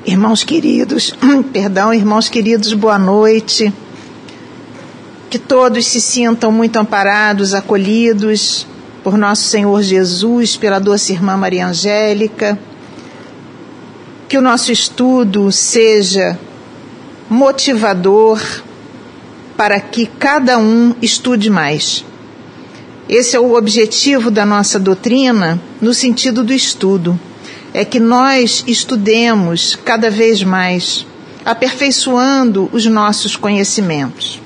Irmãos queridos, boa noite. Que todos se sintam muito amparados, acolhidos por nosso Senhor Jesus, pela doce irmã Maria Angélica. Que o nosso estudo seja motivador para que cada um estude mais. Esse é o objetivo da nossa doutrina no sentido do estudo. É que nós estudemos cada vez mais, aperfeiçoando os nossos conhecimentos.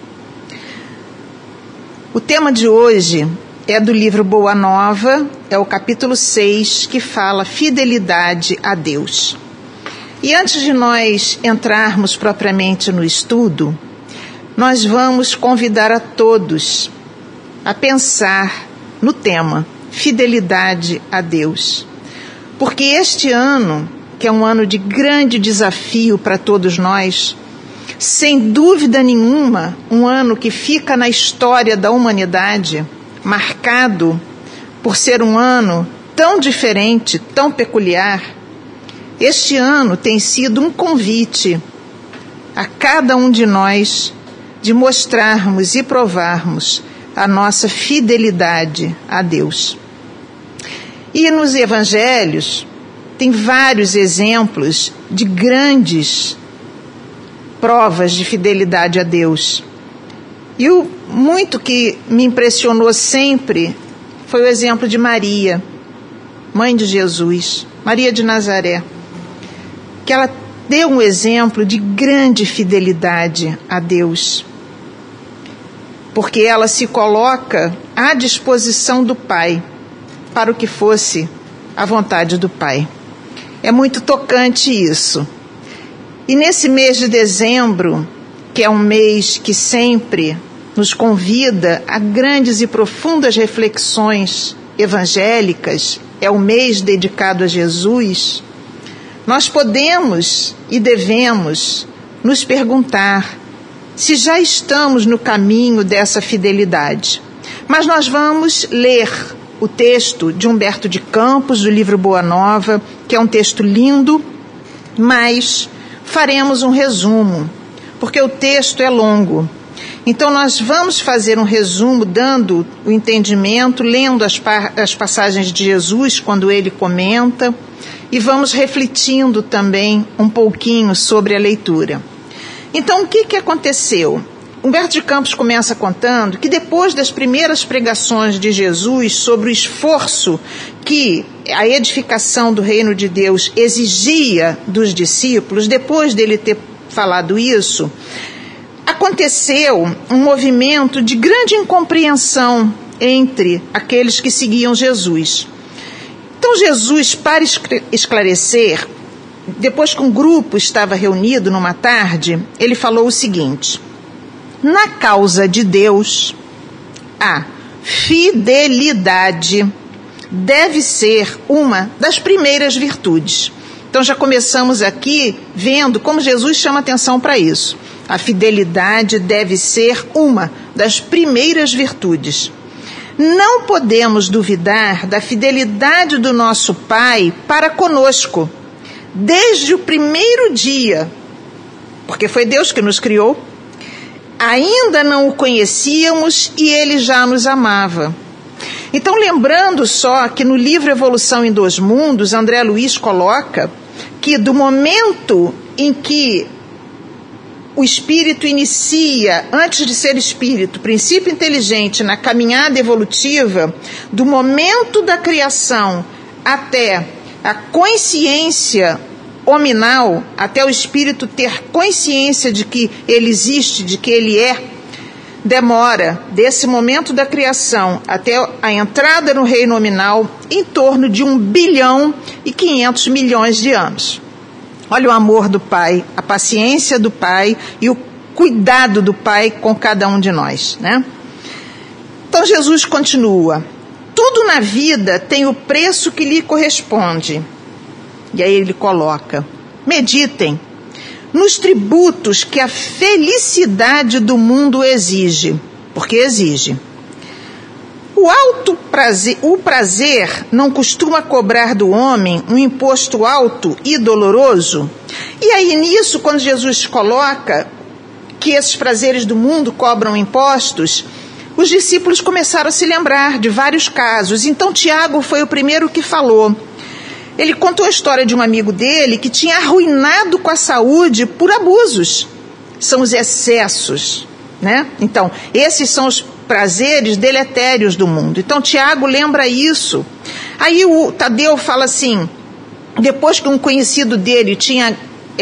O tema de hoje é do livro Boa Nova, é o capítulo 6, que fala fidelidade a Deus. E antes de nós entrarmos propriamente no estudo, nós vamos convidar a todos a pensar no tema fidelidade a Deus. Porque este ano, que é um ano de grande desafio para todos nós, sem dúvida nenhuma, um ano que fica na história da humanidade, marcado por ser um ano tão diferente, tão peculiar, este ano tem sido um convite a cada um de nós de mostrarmos e provarmos a nossa fidelidade a Deus. E nos evangelhos tem vários exemplos de grandes provas de fidelidade a Deus. E muito que me impressionou sempre foi o exemplo de Maria, mãe de Jesus, Maria de Nazaré, que ela deu um exemplo de grande fidelidade a Deus, porque ela se coloca à disposição do Pai, para o que fosse a vontade do Pai. É muito tocante isso. E nesse mês de dezembro, que é um mês que sempre nos convida a grandes e profundas reflexões evangélicas, é o mês dedicado a Jesus, nós podemos e devemos nos perguntar se já estamos no caminho dessa fidelidade. Mas nós vamos ler o texto de Humberto de Campos, do livro Boa Nova, que é um texto lindo, mas faremos um resumo, porque o texto é longo. Então nós vamos fazer um resumo, dando o entendimento, lendo as passagens de Jesus, quando ele comenta, e vamos refletindo também um pouquinho sobre a leitura. Então, o que aconteceu? Humberto de Campos começa contando que depois das primeiras pregações de Jesus sobre o esforço que a edificação do reino de Deus exigia dos discípulos, depois dele ter falado isso, aconteceu um movimento de grande incompreensão entre aqueles que seguiam Jesus. Então Jesus, para esclarecer, depois que um grupo estava reunido numa tarde, ele falou o seguinte: na causa de Deus, a fidelidade deve ser uma das primeiras virtudes. Então já começamos aqui vendo como Jesus chama atenção para isso. A fidelidade deve ser uma das primeiras virtudes. Não podemos duvidar da fidelidade do nosso Pai para conosco, desde o primeiro dia, porque foi Deus que nos criou. Ainda não o conhecíamos e ele já nos amava. Então, lembrando só que no livro Evolução em Dois Mundos, André Luiz coloca que do momento em que o espírito inicia, antes de ser espírito, princípio inteligente na caminhada evolutiva, do momento da criação até a consciência hominal, até o espírito ter consciência de que ele existe, de que ele é, demora desse momento da criação até a entrada no reino nominal em torno de 1.500 bilhões de anos. Olha o amor do Pai, a paciência do Pai e o cuidado do Pai com cada um de nós, né? Então Jesus continua: tudo na vida tem o preço que lhe corresponde. E aí ele coloca: meditem nos tributos que a felicidade do mundo exige, porque exige. O prazer não costuma cobrar do homem um imposto alto e doloroso? E aí nisso, quando Jesus coloca que esses prazeres do mundo cobram impostos, os discípulos começaram a se lembrar de vários casos. Então Tiago foi o primeiro que falou. Ele contou a história de um amigo dele que tinha arruinado com a saúde por abusos. São os excessos, né? Então, esses são os prazeres deletérios do mundo. Então, Tiago lembra isso. Aí o Tadeu fala assim, depois que um conhecido dele tinha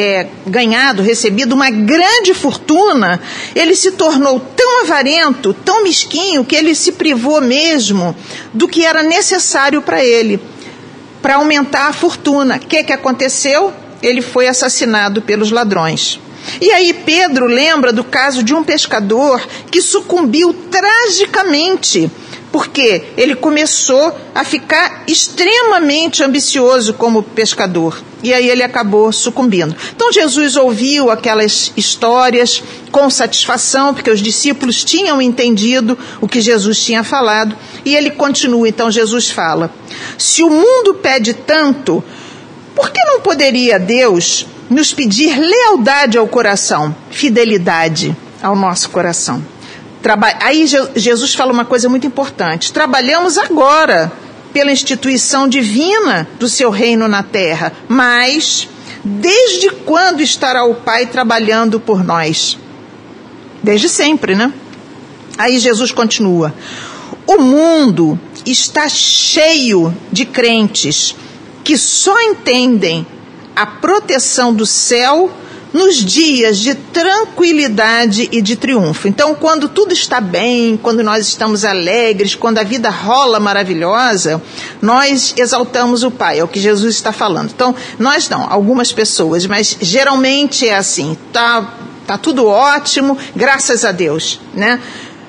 recebido uma grande fortuna, ele se tornou tão avarento, tão mesquinho, que ele se privou mesmo do que era necessário para ele, para aumentar a fortuna. O que aconteceu? Ele foi assassinado pelos ladrões. E aí Pedro lembra do caso de um pescador que sucumbiu tragicamente, porque ele começou a ficar extremamente ambicioso como pescador. E aí ele acabou sucumbindo. Então Jesus ouviu aquelas histórias com satisfação, porque os discípulos tinham entendido o que Jesus tinha falado. E ele continua, então Jesus fala: se o mundo pede tanto, por que não poderia Deus nos pedir lealdade ao coração, fidelidade ao nosso coração? Aí Jesus fala uma coisa muito importante: trabalhamos agora pela instituição divina do seu reino na terra, mas desde quando estará o Pai trabalhando por nós? Desde sempre, né? Aí Jesus continua: o mundo está cheio de crentes que só entendem a proteção do céu nos dias de tranquilidade e de triunfo. Então, quando tudo está bem, quando nós estamos alegres, quando a vida rola maravilhosa, nós exaltamos o Pai, é o que Jesus está falando. Então, nós não, algumas pessoas, mas geralmente é assim, tá tudo ótimo, graças a Deus, né?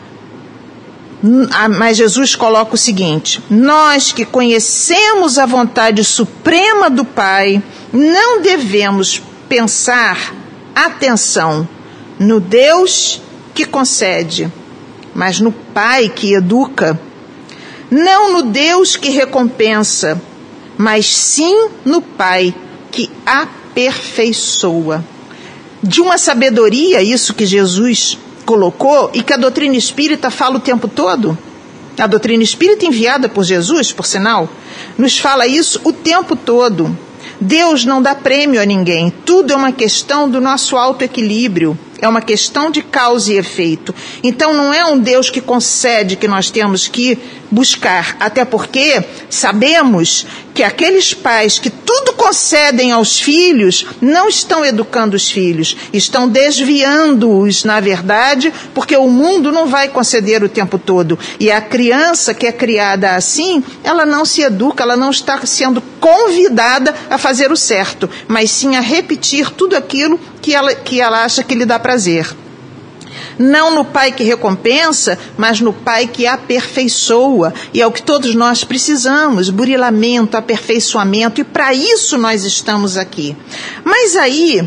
Mas Jesus coloca o seguinte: nós que conhecemos a vontade suprema do Pai, não devemos pensar, atenção, no Deus que concede, mas no Pai que educa. Não no Deus que recompensa, mas sim no Pai que aperfeiçoa. De uma sabedoria, isso que Jesus colocou e que a doutrina espírita fala o tempo todo. A doutrina espírita enviada por Jesus, por sinal, nos fala isso o tempo todo. Deus não dá prêmio a ninguém, tudo é uma questão do nosso autoequilíbrio, é uma questão de causa e efeito. Então não é um Deus que concede que nós temos que buscar, até porque sabemos que aqueles pais que tudo concedem aos filhos não estão educando os filhos, estão desviando-os, na verdade, porque o mundo não vai conceder o tempo todo. E a criança que é criada assim, ela não se educa, ela não está sendo convidada a fazer o certo, mas sim a repetir tudo aquilo que ela acha que lhe dá prazer. Não no Pai que recompensa, mas no Pai que aperfeiçoa. E é o que todos nós precisamos: burilamento, aperfeiçoamento, e para isso nós estamos aqui. Mas aí,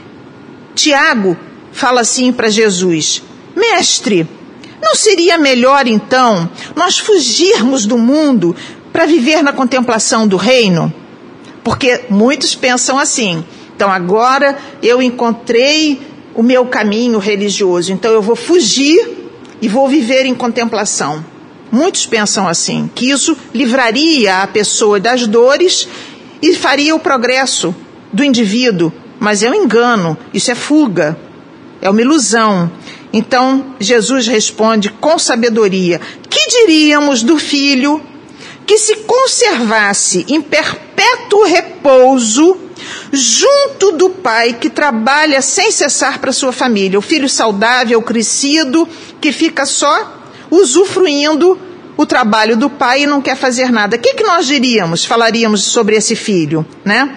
Tiago fala assim para Jesus: mestre, não seria melhor então nós fugirmos do mundo para viver na contemplação do reino? Porque muitos pensam assim: então agora eu encontrei o meu caminho religioso, então eu vou fugir e vou viver em contemplação. Muitos pensam assim, que isso livraria a pessoa das dores e faria o progresso do indivíduo, mas é um engano, isso é fuga, é uma ilusão. Então Jesus responde com sabedoria: que diríamos do filho que se conservasse em perpétuo repouso junto do pai que trabalha sem cessar para sua família? O filho saudável, crescido, que fica só usufruindo o trabalho do pai e não quer fazer nada. O que nós diríamos, falaríamos sobre esse filho, né?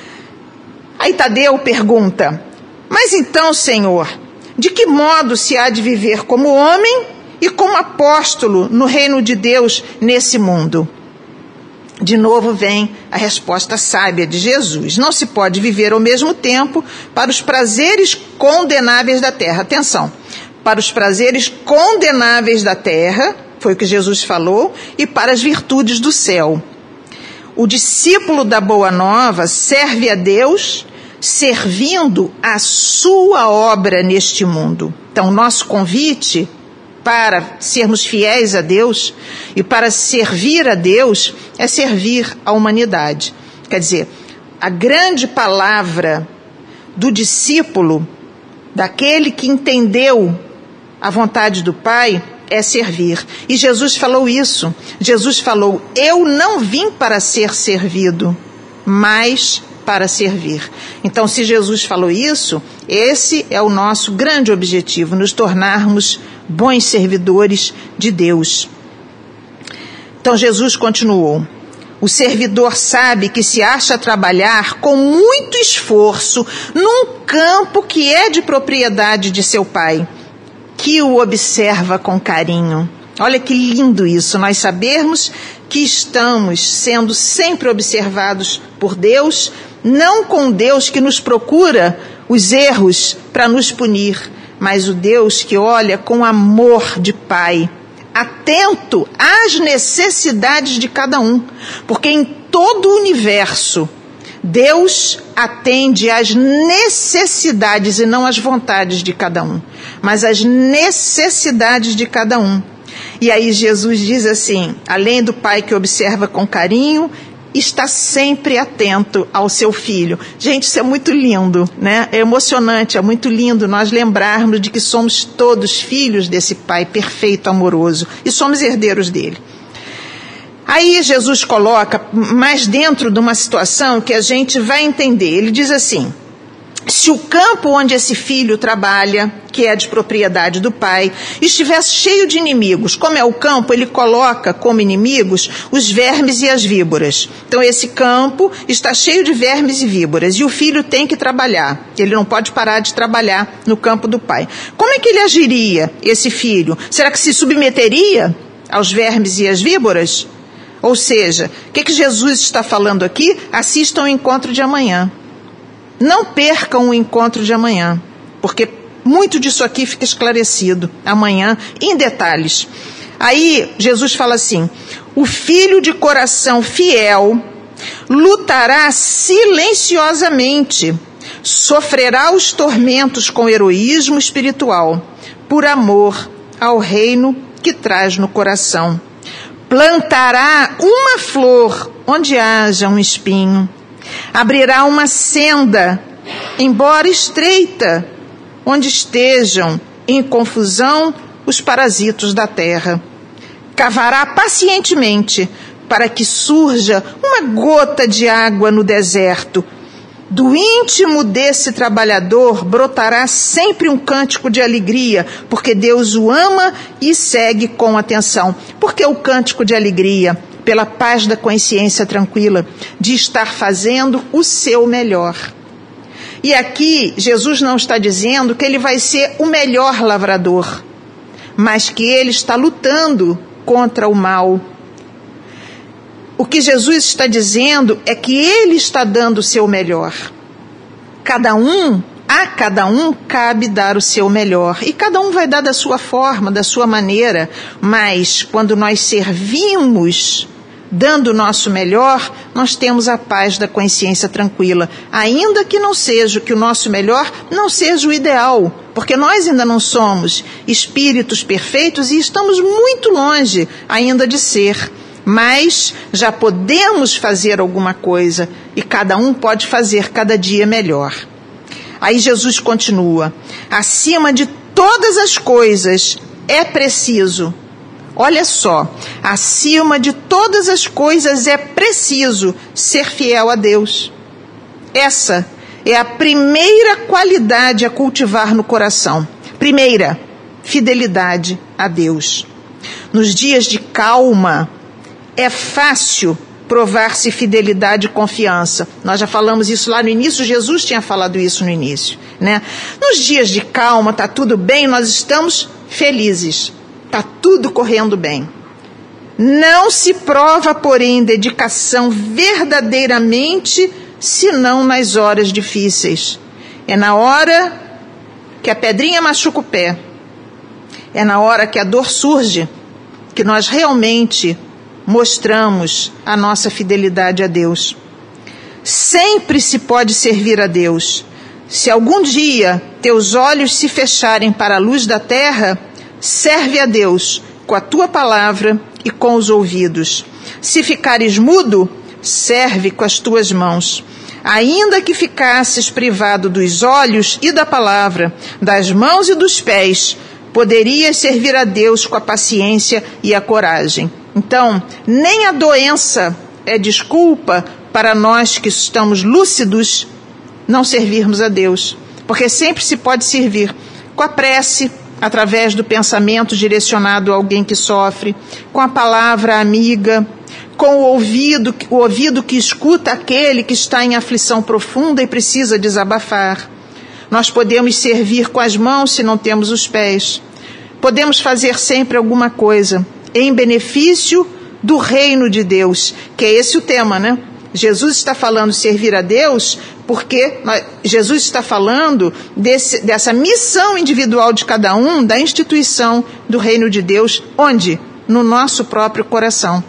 Aí Tadeu pergunta: mas então, Senhor, de que modo se há de viver como homem e como apóstolo no reino de Deus nesse mundo? De novo vem a resposta sábia de Jesus: não se pode viver ao mesmo tempo para os prazeres condenáveis da terra. Atenção, para os prazeres condenáveis da terra foi o que Jesus falou, e para as virtudes do céu. O discípulo da Boa Nova serve a Deus, servindo a sua obra neste mundo. Então, nosso convite para sermos fiéis a Deus e para servir a Deus é servir a humanidade. Quer dizer, a grande palavra do discípulo, daquele que entendeu a vontade do Pai, é servir. E Jesus falou isso. Jesus falou: eu não vim para ser servido, mas para servir. Então, se Jesus falou isso, esse é o nosso grande objetivo, nos tornarmos bons servidores de Deus. Então, Jesus continuou: o servidor sabe que se acha a trabalhar com muito esforço num campo que é de propriedade de seu pai, que o observa com carinho. Olha que lindo isso, nós sabermos que estamos sendo sempre observados por Deus, não com Deus que nos procura os erros para nos punir, mas o Deus que olha com amor de Pai, atento às necessidades de cada um, porque em todo o universo Deus atende às necessidades e não às vontades de cada um, mas às necessidades de cada um. E aí Jesus diz assim: além do Pai que observa com carinho, está sempre atento ao seu filho. Gente, isso é muito lindo, né? É emocionante, é muito lindo nós lembrarmos de que somos todos filhos desse Pai perfeito, amoroso, e somos herdeiros dele. Aí Jesus coloca mais dentro de uma situação que a gente vai entender. Ele diz assim: se o campo onde esse filho trabalha, que é de propriedade do pai, estivesse cheio de inimigos, como é o campo, ele coloca como inimigos os vermes e as víboras. Então esse campo está cheio de vermes e víboras, e o filho tem que trabalhar. Ele não pode parar de trabalhar no campo do pai. Como é que ele agiria, esse filho? Será que se submeteria aos vermes e às víboras? Ou seja, o que Jesus está falando aqui? Assistam o encontro de amanhã. Não percam o encontro de amanhã, porque muito disso aqui fica esclarecido amanhã, em detalhes. Aí Jesus fala assim: o filho de coração fiel lutará silenciosamente, sofrerá os tormentos com heroísmo espiritual, por amor ao reino que traz no coração. Plantará uma flor onde haja um espinho, abrirá uma senda, embora estreita, onde estejam em confusão os parasitos da terra. Cavará pacientemente para que surja uma gota de água no deserto. Do íntimo desse trabalhador brotará sempre um cântico de alegria, porque Deus o ama e segue com atenção. Por que o cântico de alegria? Pela paz da consciência tranquila, de estar fazendo o seu melhor. E aqui, Jesus não está dizendo que ele vai ser o melhor lavrador, mas que ele está lutando contra o mal. O que Jesus está dizendo é que ele está dando o seu melhor. A cada um cabe dar o seu melhor, e cada um vai dar da sua forma, da sua maneira, mas quando nós servimos dando o nosso melhor, nós temos a paz da consciência tranquila, ainda que não seja que o nosso melhor não seja o ideal, porque nós ainda não somos espíritos perfeitos e estamos muito longe ainda de ser, mas já podemos fazer alguma coisa e cada um pode fazer cada dia melhor. Aí Jesus continua: acima de todas as coisas é preciso, olha só, acima de todas as coisas é preciso ser fiel a Deus. Essa é a primeira qualidade a cultivar no coração. Primeira, fidelidade a Deus. Nos dias de calma, é fácil provar-se fidelidade e confiança. Nós já falamos isso lá no início, Jesus tinha falado isso no início, né? Nos dias de calma, está tudo bem, nós estamos felizes. Está tudo correndo bem. Não se prova, porém, dedicação verdadeiramente, senão nas horas difíceis. É na hora que a pedrinha machuca o pé. É na hora que a dor surge. que nós realmente mostramos a nossa fidelidade a Deus. Sempre se pode servir a Deus. Se algum dia teus olhos se fecharem para a luz da terra, serve a Deus com a tua palavra e com os ouvidos. Se ficares mudo, serve com as tuas mãos. Ainda que ficasses privado dos olhos e da palavra, das mãos e dos pés, poderias servir a Deus com a paciência e a coragem. Então, nem a doença é desculpa para nós que estamos lúcidos não servirmos a Deus, porque sempre se pode servir com a prece, através do pensamento direcionado a alguém que sofre, com a palavra amiga, com o ouvido que escuta aquele que está em aflição profunda e precisa desabafar. Nós podemos servir com as mãos se não temos os pés. Podemos fazer sempre alguma coisa em benefício do reino de Deus, que é esse o tema, né? Jesus está falando servir a Deus porque Jesus está falando dessa missão individual de cada um, da instituição do reino de Deus, onde? No nosso próprio coração.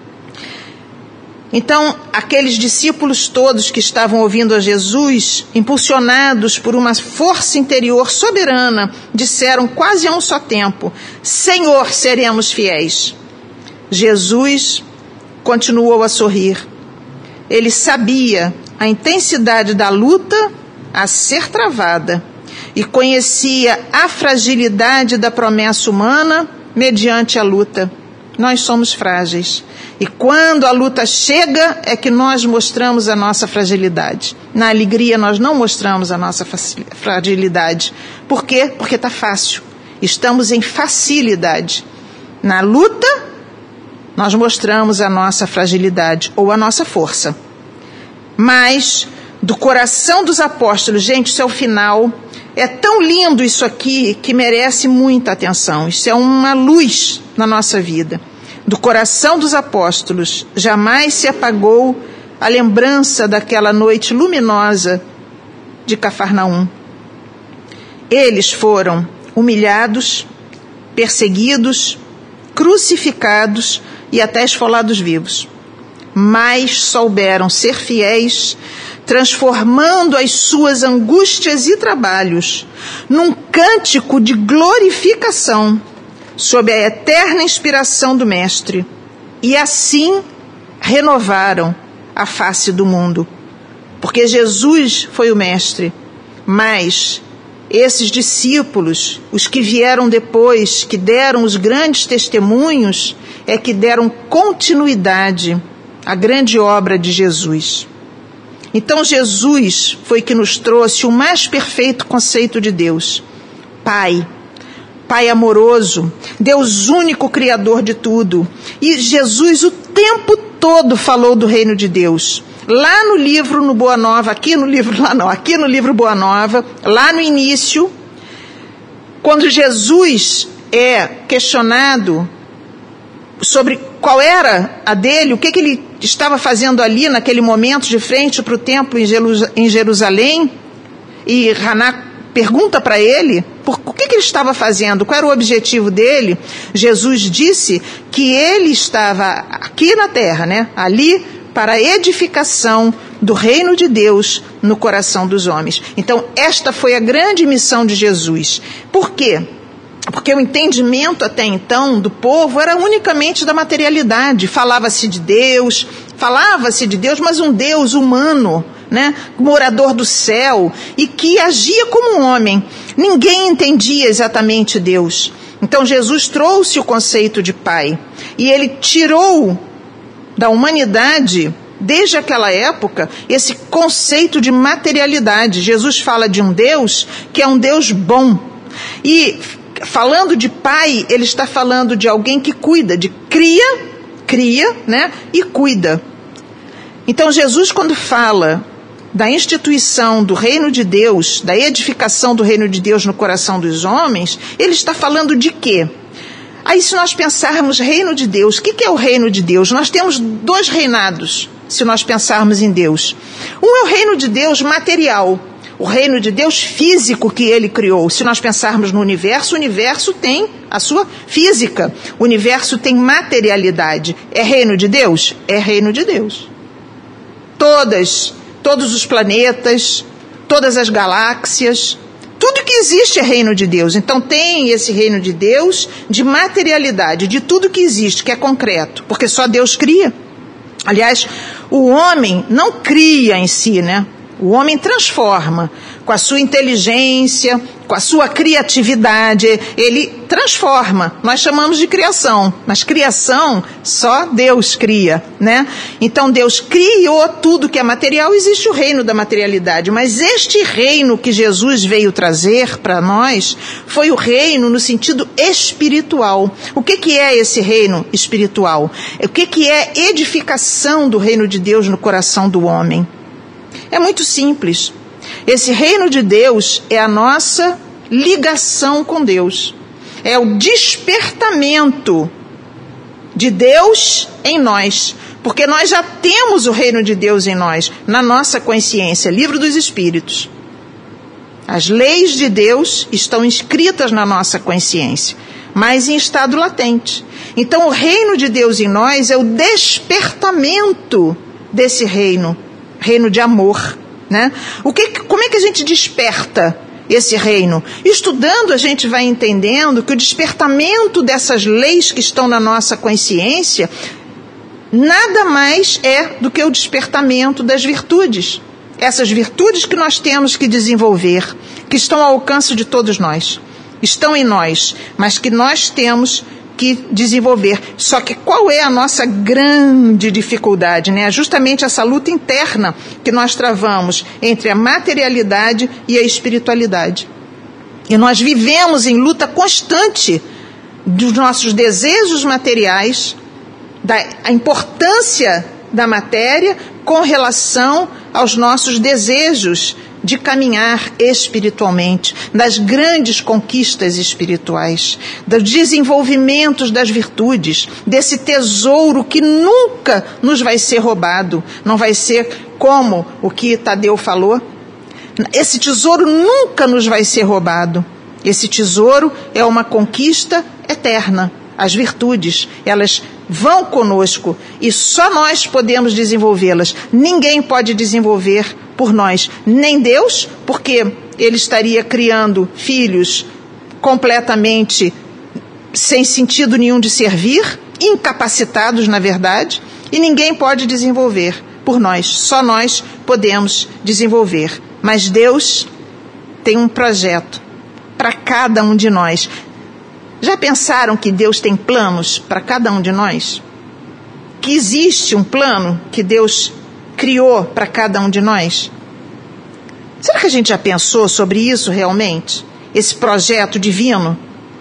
Então, aqueles discípulos todos que estavam ouvindo a Jesus, impulsionados por uma força interior soberana, disseram quase a um só tempo: Senhor, seremos fiéis. Jesus continuou a sorrir. Ele sabia a intensidade da luta a ser travada e conhecia a fragilidade da promessa humana mediante a luta. Nós somos frágeis. E quando a luta chega, é que nós mostramos a nossa fragilidade. Na alegria, nós não mostramos a nossa fragilidade. Por quê? Porque está fácil. Estamos em facilidade. Na luta, nós mostramos a nossa fragilidade ou a nossa força. Mas, do coração dos apóstolos, gente, isso é o final. É tão lindo isso aqui que merece muita atenção. Isso é uma luz na nossa vida. Do coração dos apóstolos, jamais se apagou a lembrança daquela noite luminosa de Cafarnaum. Eles foram humilhados, perseguidos, crucificados e até esfolados vivos. Mas souberam ser fiéis, transformando as suas angústias e trabalhos num cântico de glorificação, sob a eterna inspiração do Mestre, e assim renovaram a face do mundo. Porque Jesus foi o Mestre, mas esses discípulos, os que vieram depois, que deram os grandes testemunhos, é que deram continuidade à grande obra de Jesus. Então Jesus foi que nos trouxe o mais perfeito conceito de Deus. Pai amoroso, Deus único criador de tudo. E Jesus o tempo todo falou do reino de Deus. Lá no livro no Boa Nova, aqui no livro Boa Nova, lá no início, quando Jesus é questionado sobre qual era a dele, o que ele estava fazendo ali naquele momento de frente para o templo em Jerusalém, e Haná pergunta para ele o que ele estava fazendo, qual era o objetivo dele. Jesus disse que ele estava aqui na terra, né, ali para a edificação do reino de Deus no coração dos homens. Então, esta foi a grande missão de Jesus. Por quê? Porque o entendimento até então do povo era unicamente da materialidade. Falava-se de Deus, mas um Deus humano, né, morador do céu, e que agia como um homem. Ninguém entendia exatamente Deus. Então Jesus trouxe o conceito de Pai, e ele tirou da humanidade, desde aquela época, esse conceito de materialidade. Jesus fala de um Deus que é um Deus bom. E falando de Pai, ele está falando de alguém que cuida, de cria, né, e cuida. Então Jesus, quando fala da instituição do reino de Deus, da edificação do reino de Deus no coração dos homens, ele está falando de quê? Aí, se nós pensarmos reino de Deus, o que é o reino de Deus? Nós temos dois reinados, se nós pensarmos em Deus. Um é o reino de Deus material, O reino de Deus físico que ele criou. Se nós pensarmos no universo, o universo tem a sua física. O universo tem materialidade. É reino de Deus? É reino de Deus. Todos os planetas, todas as galáxias, tudo que existe é reino de Deus. Então tem esse reino de Deus de materialidade, de tudo que existe, que é concreto, porque só Deus cria. Aliás, o homem não cria em si, né? O homem transforma com a sua inteligência, com a sua criatividade, ele transforma. Nós chamamos de criação, mas criação só Deus cria, né? Então Deus criou tudo que é material, existe o reino da materialidade, mas este reino que Jesus veio trazer para nós foi o reino no sentido espiritual. O que é esse reino espiritual? O que é edificação do reino de Deus no coração do homem? É muito simples. Esse reino de Deus é a nossa ligação com Deus. É o despertamento de Deus em nós. Porque nós já temos o reino de Deus em nós, na nossa consciência. Livro dos Espíritos. As leis de Deus estão inscritas na nossa consciência, mas em estado latente. Então o reino de Deus em nós é o despertamento desse reino. Reino de amor, né? Como é que a gente desperta esse reino? Estudando, a gente vai entendendo que o despertamento dessas leis que estão na nossa consciência nada mais é do que o despertamento das virtudes. Essas virtudes que nós temos que desenvolver, que estão ao alcance de todos nós, estão em nós, mas que nós temos que desenvolver. Só que qual é a nossa grande dificuldade, né? Justamente essa luta interna que nós travamos entre a materialidade e a espiritualidade. E nós vivemos em luta constante dos nossos desejos materiais, da importância da matéria com relação aos nossos desejos de caminhar espiritualmente, das grandes conquistas espirituais, dos desenvolvimentos das virtudes, desse tesouro que nunca nos vai ser roubado, não vai ser como o que Tadeu falou. Esse tesouro nunca nos vai ser roubado. Esse tesouro é uma conquista eterna. As virtudes, elas vão conosco e só nós podemos desenvolvê-las. Ninguém pode desenvolver por nós, nem Deus, porque Ele estaria criando filhos completamente sem sentido nenhum de servir, incapacitados na verdade, e ninguém pode desenvolver por nós, só nós podemos desenvolver. Mas Deus tem um projeto para cada um de nós. Já pensaram que Deus tem planos para cada um de nós? Que existe um plano que Deus criou para cada um de nós? Será que a gente já pensou sobre isso realmente? Esse projeto divino?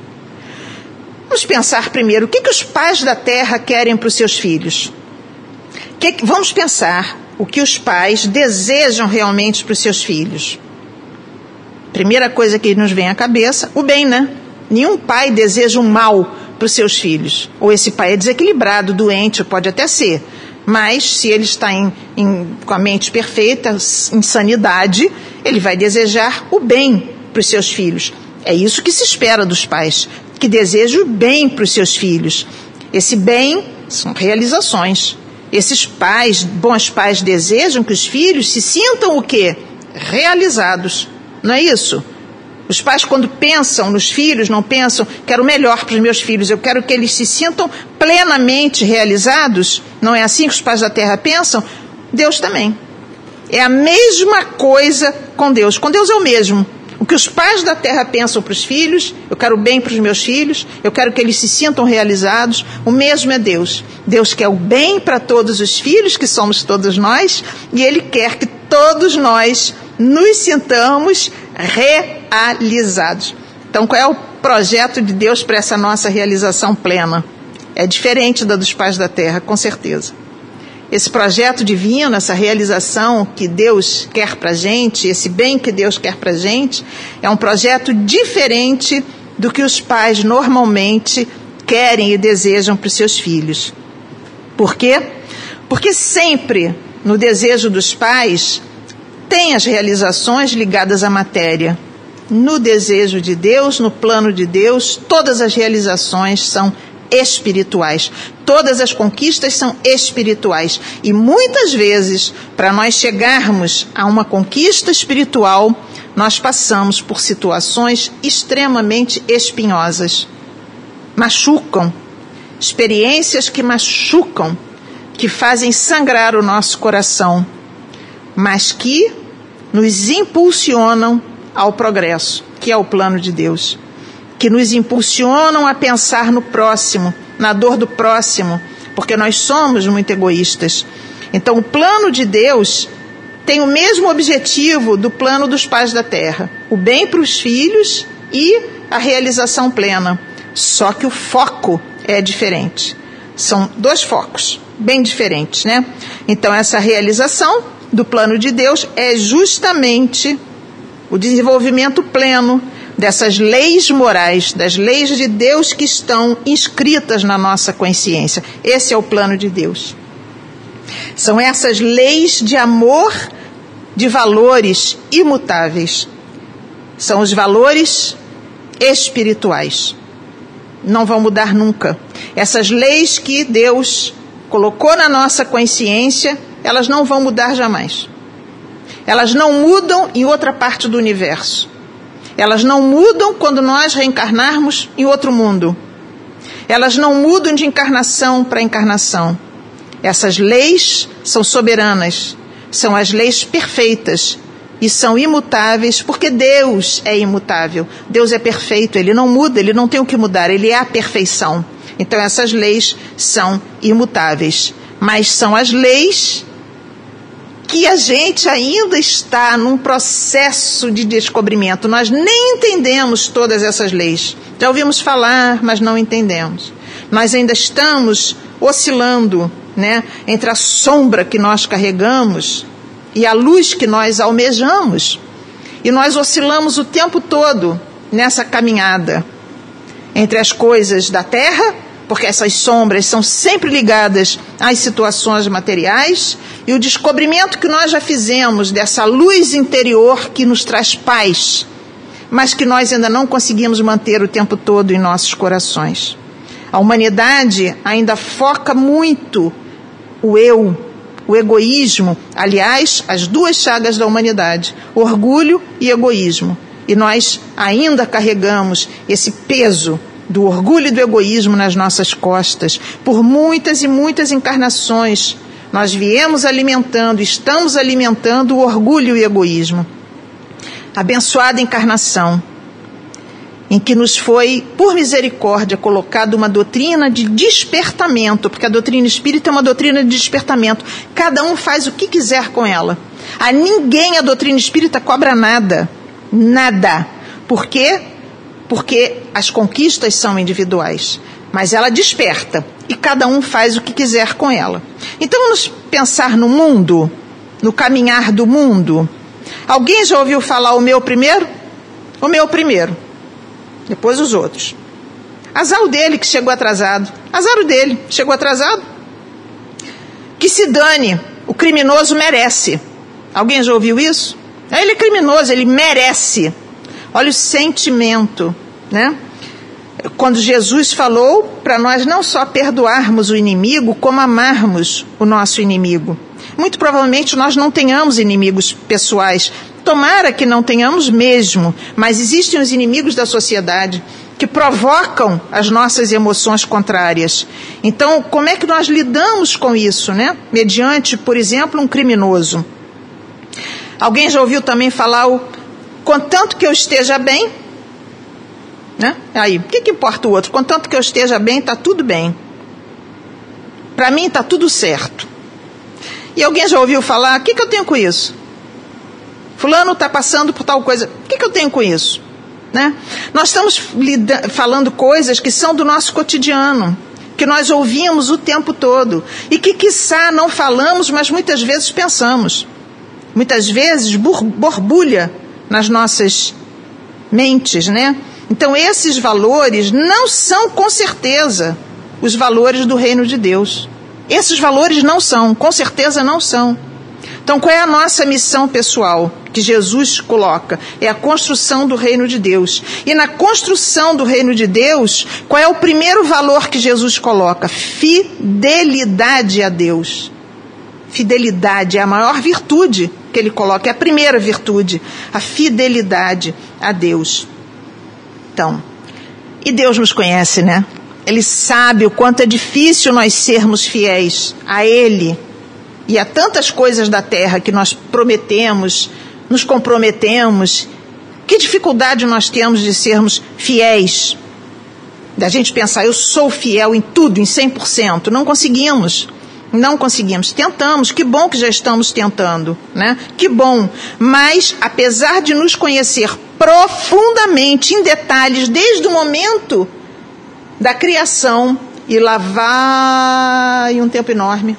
Vamos pensar primeiro, o que os pais da terra querem para os seus filhos? Vamos pensar o que os pais desejam realmente para os seus filhos. Primeira coisa que nos vem à cabeça, o bem, né? Nenhum pai deseja um mal para os seus filhos. Ou esse pai é desequilibrado, doente, pode até ser. Mas se ele está com a mente perfeita, em sanidade, ele vai desejar o bem para os seus filhos. É isso que se espera dos pais, que desejam o bem para os seus filhos. Esse bem são realizações. Esses pais, bons pais, desejam que os filhos se sintam o quê? Realizados. Não é isso? Os pais, quando pensam nos filhos, não pensam, quero o melhor para os meus filhos, eu quero que eles se sintam plenamente realizados. Não é assim que os pais da terra pensam? Deus também. É a mesma coisa com Deus. Com Deus é o mesmo. O que os pais da terra pensam para os filhos, eu quero o bem para os meus filhos, eu quero que eles se sintam realizados, o mesmo é Deus. Deus quer o bem para todos os filhos, que somos todos nós, e Ele quer que todos nós nos sintamos realizados. Então, qual é o projeto de Deus para essa nossa realização plena? É diferente da dos pais da terra, com certeza. Esse projeto divino, essa realização que Deus quer para a gente, esse bem que Deus quer para a gente, é um projeto diferente do que os pais normalmente querem e desejam para os seus filhos. Por quê? Porque sempre no desejo dos pais tem as realizações ligadas à matéria. No desejo de Deus, no plano de Deus, todas as realizações são espirituais. Todas as conquistas são espirituais. E muitas vezes, para nós chegarmos a uma conquista espiritual, nós passamos por situações extremamente espinhosas. Machucam. Experiências que machucam, que fazem sangrar o nosso coração, mas que nos impulsionam ao progresso, que é o plano de Deus. Que nos impulsionam a pensar no próximo, na dor do próximo, porque nós somos muito egoístas. Então, o plano de Deus tem o mesmo objetivo do plano dos pais da terra: o bem para os filhos e a realização plena. Só que o foco é diferente. São dois focos bem diferentes, né? Então, essa realização do plano de Deus é justamente o desenvolvimento pleno dessas leis morais, das leis de Deus que estão inscritas na nossa consciência. Esse é o plano de Deus. São essas leis de amor, de valores imutáveis. São os valores espirituais. Não vão mudar nunca. Essas leis que Deus colocou na nossa consciência, elas não vão mudar jamais. Elas não mudam em outra parte do universo. Elas não mudam quando nós reencarnarmos em outro mundo. Elas não mudam de encarnação para encarnação. Essas leis são soberanas, são as leis perfeitas e são imutáveis, porque Deus é imutável. Deus é perfeito, Ele não muda, Ele não tem o que mudar, Ele é a perfeição. Então essas leis são imutáveis, mas são as leis que a gente ainda está num processo de descobrimento. Nós nem entendemos todas essas leis. Já ouvimos falar, mas não entendemos. Nós ainda estamos oscilando, né, entre a sombra que nós carregamos e a luz que nós almejamos. E nós oscilamos o tempo todo nessa caminhada entre as coisas da terra, porque essas sombras são sempre ligadas às situações materiais, e o descobrimento que nós já fizemos dessa luz interior que nos traz paz, mas que nós ainda não conseguimos manter o tempo todo em nossos corações. A humanidade ainda foca muito o eu, o egoísmo, aliás, as duas chagas da humanidade, orgulho e egoísmo. E nós ainda carregamos esse peso do orgulho e do egoísmo nas nossas costas. Por muitas e muitas encarnações, nós viemos alimentando, estamos alimentando o orgulho e o egoísmo. Abençoada encarnação, em que nos foi, por misericórdia, colocada uma doutrina de despertamento, porque a doutrina espírita é uma doutrina de despertamento. Cada um faz o que quiser com ela. A ninguém a doutrina espírita cobra nada. Nada. Por quê? Porque as conquistas são individuais. Mas ela desperta. E cada um faz o que quiser com ela. Então vamos pensar no mundo, no caminhar do mundo. Alguém já ouviu falar o meu primeiro? O meu primeiro. Depois os outros. Azar o dele que chegou atrasado. Azar o dele, chegou atrasado. Que se dane, o criminoso merece. Alguém já ouviu isso? Ele é criminoso, ele merece. Olha o sentimento, né? Quando Jesus falou para nós não só perdoarmos o inimigo, como amarmos o nosso inimigo. Muito provavelmente nós não tenhamos inimigos pessoais. Tomara que não tenhamos mesmo, mas existem os inimigos da sociedade que provocam as nossas emoções contrárias. Então, como é que nós lidamos com isso, né? Mediante, por exemplo, um criminoso. Alguém já ouviu também falar contanto que eu esteja bem, né? Aí, o que importa o outro? Contanto que eu esteja bem, está tudo bem. Para mim está tudo certo. E alguém já ouviu falar, o que eu tenho com isso? Fulano está passando por tal coisa, o que eu tenho com isso? Né? Nós estamos falando coisas que são do nosso cotidiano, que nós ouvimos o tempo todo, e que quiçá não falamos, mas muitas vezes pensamos. Muitas vezes borbulha nas nossas mentes, né? Então esses valores não são com certeza os valores do reino de Deus. Esses valores não são, com certeza não são. Então, qual é a nossa missão pessoal que Jesus coloca? É a construção do reino de Deus. E na construção do reino de Deus, qual é o primeiro valor que Jesus coloca? Fidelidade a Deus. Fidelidade é a maior virtude que ele coloca, é a primeira virtude, a fidelidade a Deus. Então, e Deus nos conhece, né? Ele sabe o quanto é difícil nós sermos fiéis a Ele e a tantas coisas da terra que nós prometemos, nos comprometemos. Que dificuldade nós temos de sermos fiéis? Da gente pensar, eu sou fiel em tudo, em 100%. Não conseguimos. Não conseguimos. Tentamos, que bom que já estamos tentando, né? Que bom. Mas, apesar de nos conhecer profundamente, em detalhes, desde o momento da criação, e lá vai um tempo enorme,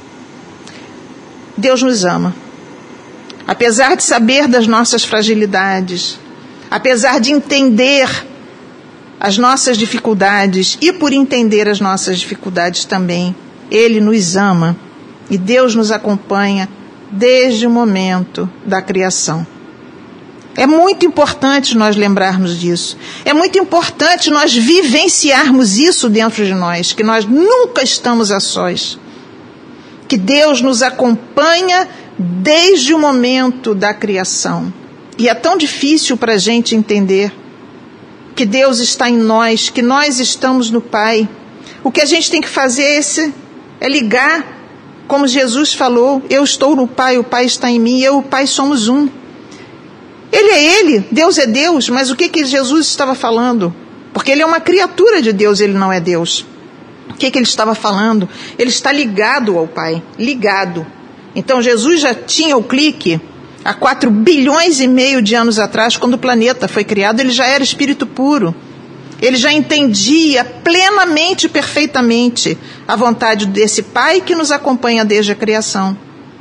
Deus nos ama. Apesar de saber das nossas fragilidades, apesar de entender as nossas dificuldades, e por entender as nossas dificuldades também, Ele nos ama e Deus nos acompanha desde o momento da criação. É muito importante nós lembrarmos disso. É muito importante nós vivenciarmos isso dentro de nós, que nós nunca estamos a sós. Que Deus nos acompanha desde o momento da criação. E é tão difícil para a gente entender que Deus está em nós, que nós estamos no Pai. O que a gente tem que fazer é ligar, como Jesus falou, eu estou no Pai, o Pai está em mim, eu e o Pai somos um. Ele é Ele, Deus é Deus, mas o que Jesus estava falando? Porque Ele é uma criatura de Deus, Ele não é Deus. O que Ele estava falando? Ele está ligado ao Pai, ligado. Então Jesus já tinha o clique há 4 bilhões e meio de anos atrás, quando o planeta foi criado, ele já era espírito puro. Ele já entendia plenamente, perfeitamente a vontade desse Pai que nos acompanha desde a criação.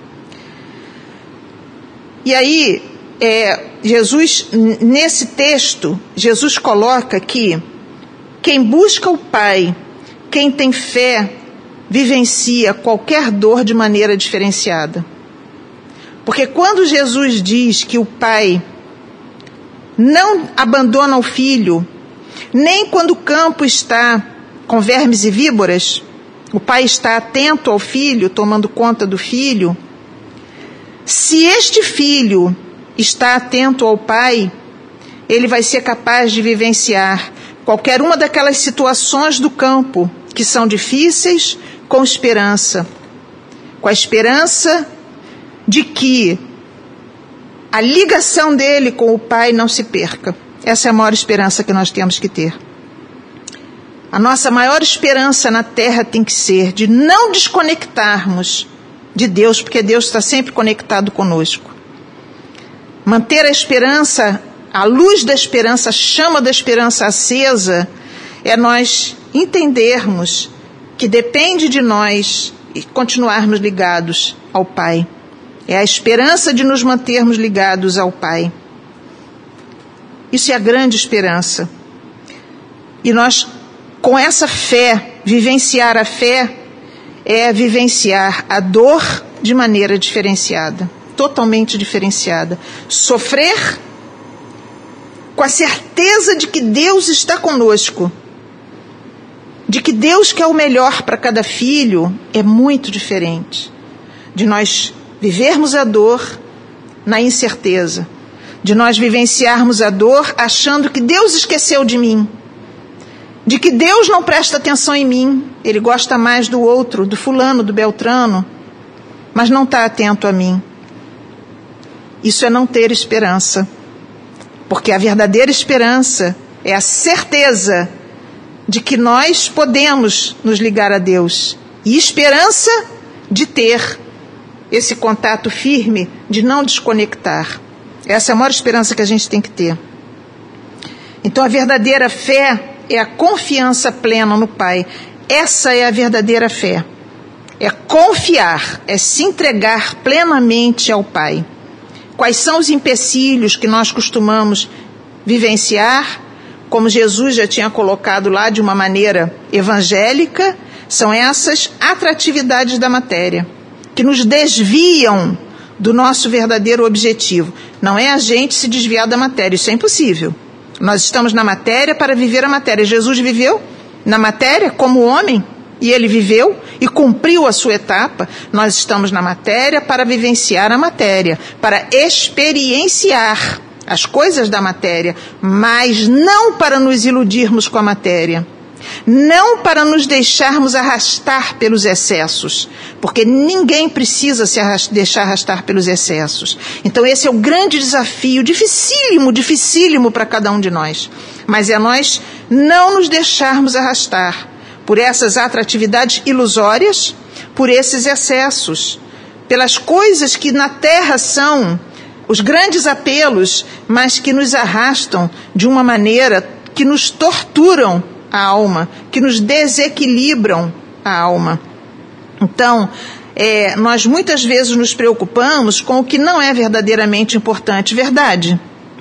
E aí, Jesus, nesse texto, Jesus coloca que quem busca o Pai, quem tem fé, vivencia qualquer dor de maneira diferenciada. Porque quando Jesus diz que o Pai não abandona o Filho, nem quando o campo está com vermes e víboras, o Pai está atento ao Filho, tomando conta do Filho. Se este Filho está atento ao Pai, ele vai ser capaz de vivenciar qualquer uma daquelas situações do campo que são difíceis, com esperança. Com a esperança de que a ligação dele com o Pai não se perca. Essa é a maior esperança que nós temos que ter. A nossa maior esperança na terra tem que ser de não desconectarmos de Deus, porque Deus está sempre conectado conosco. Manter a esperança, a luz da esperança, a chama da esperança acesa, é nós entendermos que depende de nós e continuarmos ligados ao Pai. É a esperança de nos mantermos ligados ao Pai. Isso é a grande esperança. E nós, com essa fé, vivenciar a fé é vivenciar a dor de maneira diferenciada, totalmente diferenciada. Sofrer com a certeza de que Deus está conosco, de que Deus quer o melhor para cada filho, é muito diferente de nós vivermos a dor na incerteza, de nós vivenciarmos a dor achando que Deus esqueceu de mim, de que Deus não presta atenção em mim, Ele gosta mais do outro, do fulano, do beltrano, mas não está atento a mim. Isso é não ter esperança, porque a verdadeira esperança é a certeza de que nós podemos nos ligar a Deus, e esperança de ter esse contato firme, de não desconectar. Essa é a maior esperança que a gente tem que ter. Então a verdadeira fé é a confiança plena no Pai. Essa é a verdadeira fé. É confiar, é se entregar plenamente ao Pai. Quais são os empecilhos que nós costumamos vivenciar? Como Jesus já tinha colocado lá de uma maneira evangélica, são essas atratividades da matéria, que nos desviam do nosso verdadeiro objetivo. Não é a gente se desviar da matéria, isso é impossível. Nós estamos na matéria para viver a matéria. Jesus viveu na matéria como homem, e ele viveu e cumpriu a sua etapa. Nós estamos na matéria para vivenciar a matéria, para experienciar as coisas da matéria, mas não para nos iludirmos com a matéria. Não para nos deixarmos arrastar pelos excessos, porque ninguém precisa se deixar arrastar pelos excessos. Então esse é o grande desafio, dificílimo para cada um de nós. Mas é nós não nos deixarmos arrastar por essas atratividades ilusórias, por esses excessos, pelas coisas que na terra são os grandes apelos, mas que nos arrastam de uma maneira que nos torturam a alma, que nos desequilibram a alma. Então, nós muitas vezes nos preocupamos com o que não é verdadeiramente importante. Verdade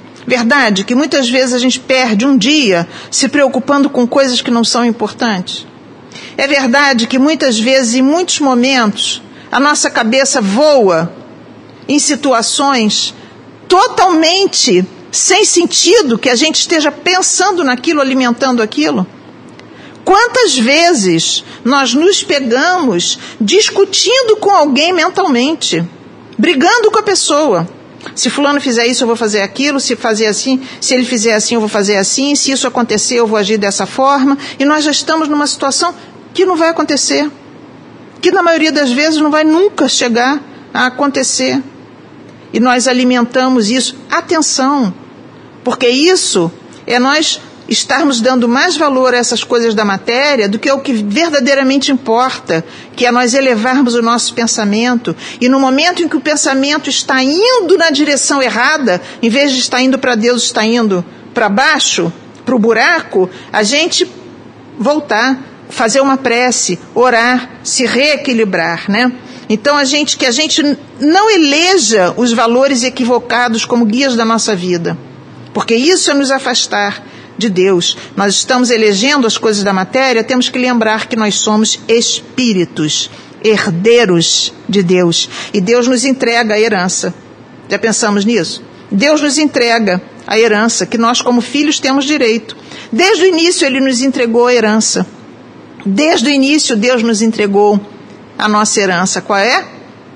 que muitas vezes a gente perde um dia se preocupando com coisas que não são importantes. É verdade que muitas vezes, em muitos momentos, a nossa cabeça voa em situações totalmente sem sentido, que a gente esteja pensando naquilo, alimentando aquilo. Quantas vezes nós nos pegamos discutindo com alguém mentalmente, brigando com a pessoa. Se fulano fizer isso, eu vou fazer aquilo, se ele fizer assim, eu vou fazer assim, se isso acontecer, eu vou agir dessa forma, e nós já estamos numa situação que não vai acontecer, que na maioria das vezes não vai nunca chegar a acontecer. E nós alimentamos isso. Atenção, porque isso é nós estarmos dando mais valor a essas coisas da matéria do que ao que verdadeiramente importa, que é nós elevarmos o nosso pensamento, e no momento em que o pensamento está indo na direção errada, em vez de estar indo para Deus, está indo para baixo, para o buraco, a gente voltar, fazer uma prece, orar, se reequilibrar, né? Então que a gente não eleja os valores equivocados como guias da nossa vida, porque isso é nos afastar de Deus. Nós estamos elegendo as coisas da matéria, temos que lembrar que nós somos espíritos, herdeiros de Deus, e Deus nos entrega a herança. Já pensamos nisso? Deus nos entrega a herança, que nós como filhos temos direito. Desde o início Ele nos entregou a herança. Desde o início Deus nos entregou a nossa herança. Qual é?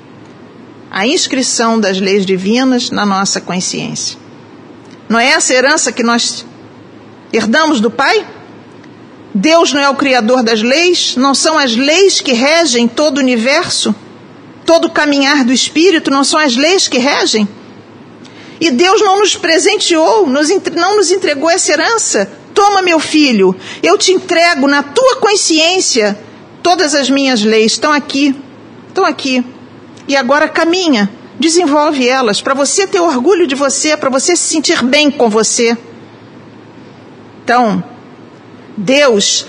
A inscrição das leis divinas na nossa consciência. Não é essa herança que nós herdamos do Pai? Deus não é o criador das leis? Não são as leis que regem todo o universo? Todo o caminhar do Espírito não são as leis que regem? E Deus não nos presenteou, não nos entregou essa herança. Toma, meu filho, eu te entrego na tua consciência todas as minhas leis. Estão aqui. E agora caminha, desenvolve elas, para você ter orgulho de você, para você se sentir bem com você. Então, Deus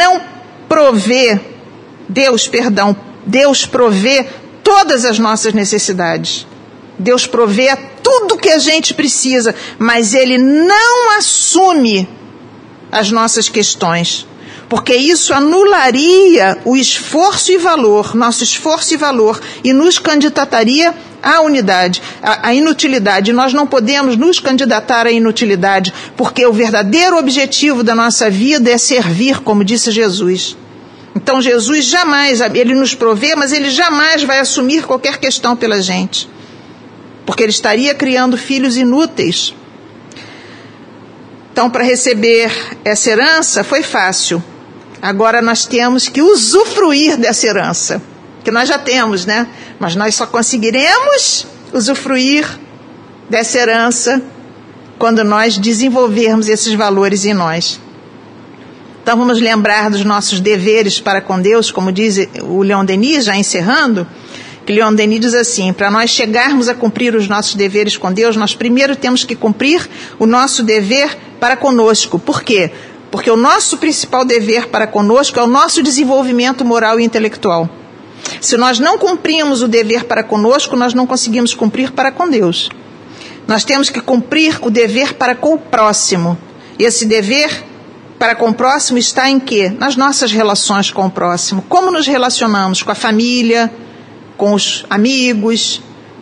provê todas as nossas necessidades. Deus provê tudo que a gente precisa, mas Ele não assume as nossas questões, porque isso anularia o esforço e valor, nosso esforço e valor, e nos candidataria à unidade, à inutilidade. Nós não podemos nos candidatar à inutilidade, porque o verdadeiro objetivo da nossa vida é servir, como disse Jesus. Então Jesus jamais, Ele nos provê, mas Ele jamais vai assumir qualquer questão pela gente, porque Ele estaria criando filhos inúteis. Então, para receber essa herança foi fácil. Agora nós temos que usufruir dessa herança, que nós já temos, né? Mas nós só conseguiremos usufruir dessa herança quando nós desenvolvermos esses valores em nós. Então vamos lembrar dos nossos deveres para com Deus, como diz o Leon Denis, já encerrando, que Leon Denis diz assim: para nós chegarmos a cumprir os nossos deveres com Deus, nós primeiro temos que cumprir o nosso dever para conosco. Por quê? Porque o nosso principal dever para conosco é o nosso desenvolvimento moral e intelectual. Se nós não cumprimos o dever para conosco, nós não conseguimos cumprir para com Deus. Nós temos que cumprir o dever para com o próximo. E esse dever para com o próximo está em quê? Nas nossas relações com o próximo. Como nos relacionamos com a família, com os amigos,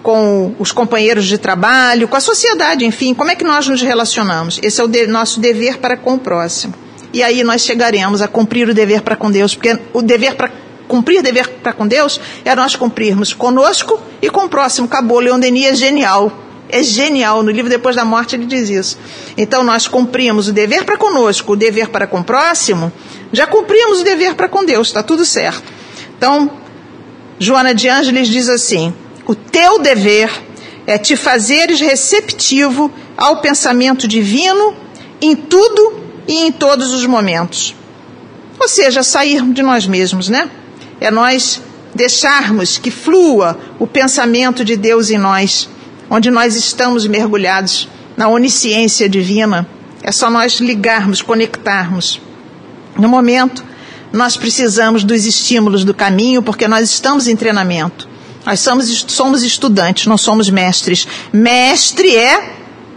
com os companheiros de trabalho, com a sociedade, enfim, como é que nós nos relacionamos? Esse é o nosso dever para com o próximo. E aí nós chegaremos a cumprir o dever para com Deus, porque cumprir dever para com Deus é nós cumprirmos conosco e com o próximo. Acabou. Leon Denis é genial. É genial. No livro Depois da Morte ele diz isso. Então nós cumprimos o dever para conosco, o dever para com o próximo, já cumprimos o dever para com Deus, está tudo certo. Então, Joana de Ângeles diz assim: o teu dever é te fazeres receptivo ao pensamento divino em tudo e em todos os momentos. Ou seja, sair de nós mesmos, né? É nós deixarmos que flua o pensamento de Deus em nós, onde nós estamos mergulhados na onisciência divina. É só nós ligarmos, conectarmos. No momento, nós precisamos dos estímulos do caminho, porque nós estamos em treinamento. Nós somos estudantes, não somos mestres. Mestre é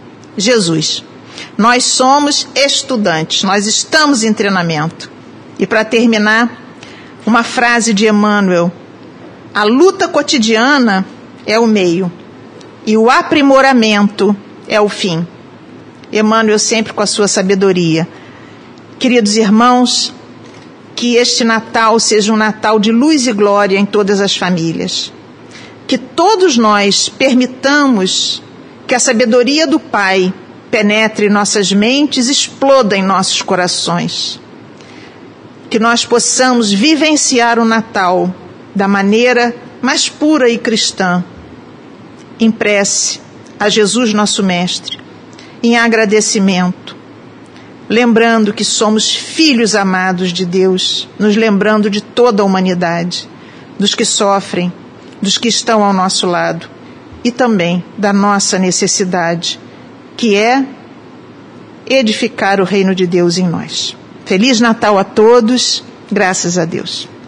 Jesus. Nós somos estudantes, nós estamos em treinamento. E para terminar, uma frase de Emmanuel: a luta cotidiana é o meio e o aprimoramento é o fim. Emmanuel sempre com a sua sabedoria. Queridos irmãos, que este Natal seja um Natal de luz e glória em todas as famílias. Que todos nós permitamos que a sabedoria do Pai penetre em nossas mentes, exploda em nossos corações. Que nós possamos vivenciar o Natal da maneira mais pura e cristã, em prece a Jesus nosso Mestre, em agradecimento, lembrando que somos filhos amados de Deus, nos lembrando de toda a humanidade, dos que sofrem, dos que estão ao nosso lado e também da nossa necessidade, que é edificar o reino de Deus em nós. Feliz Natal a todos, graças a Deus.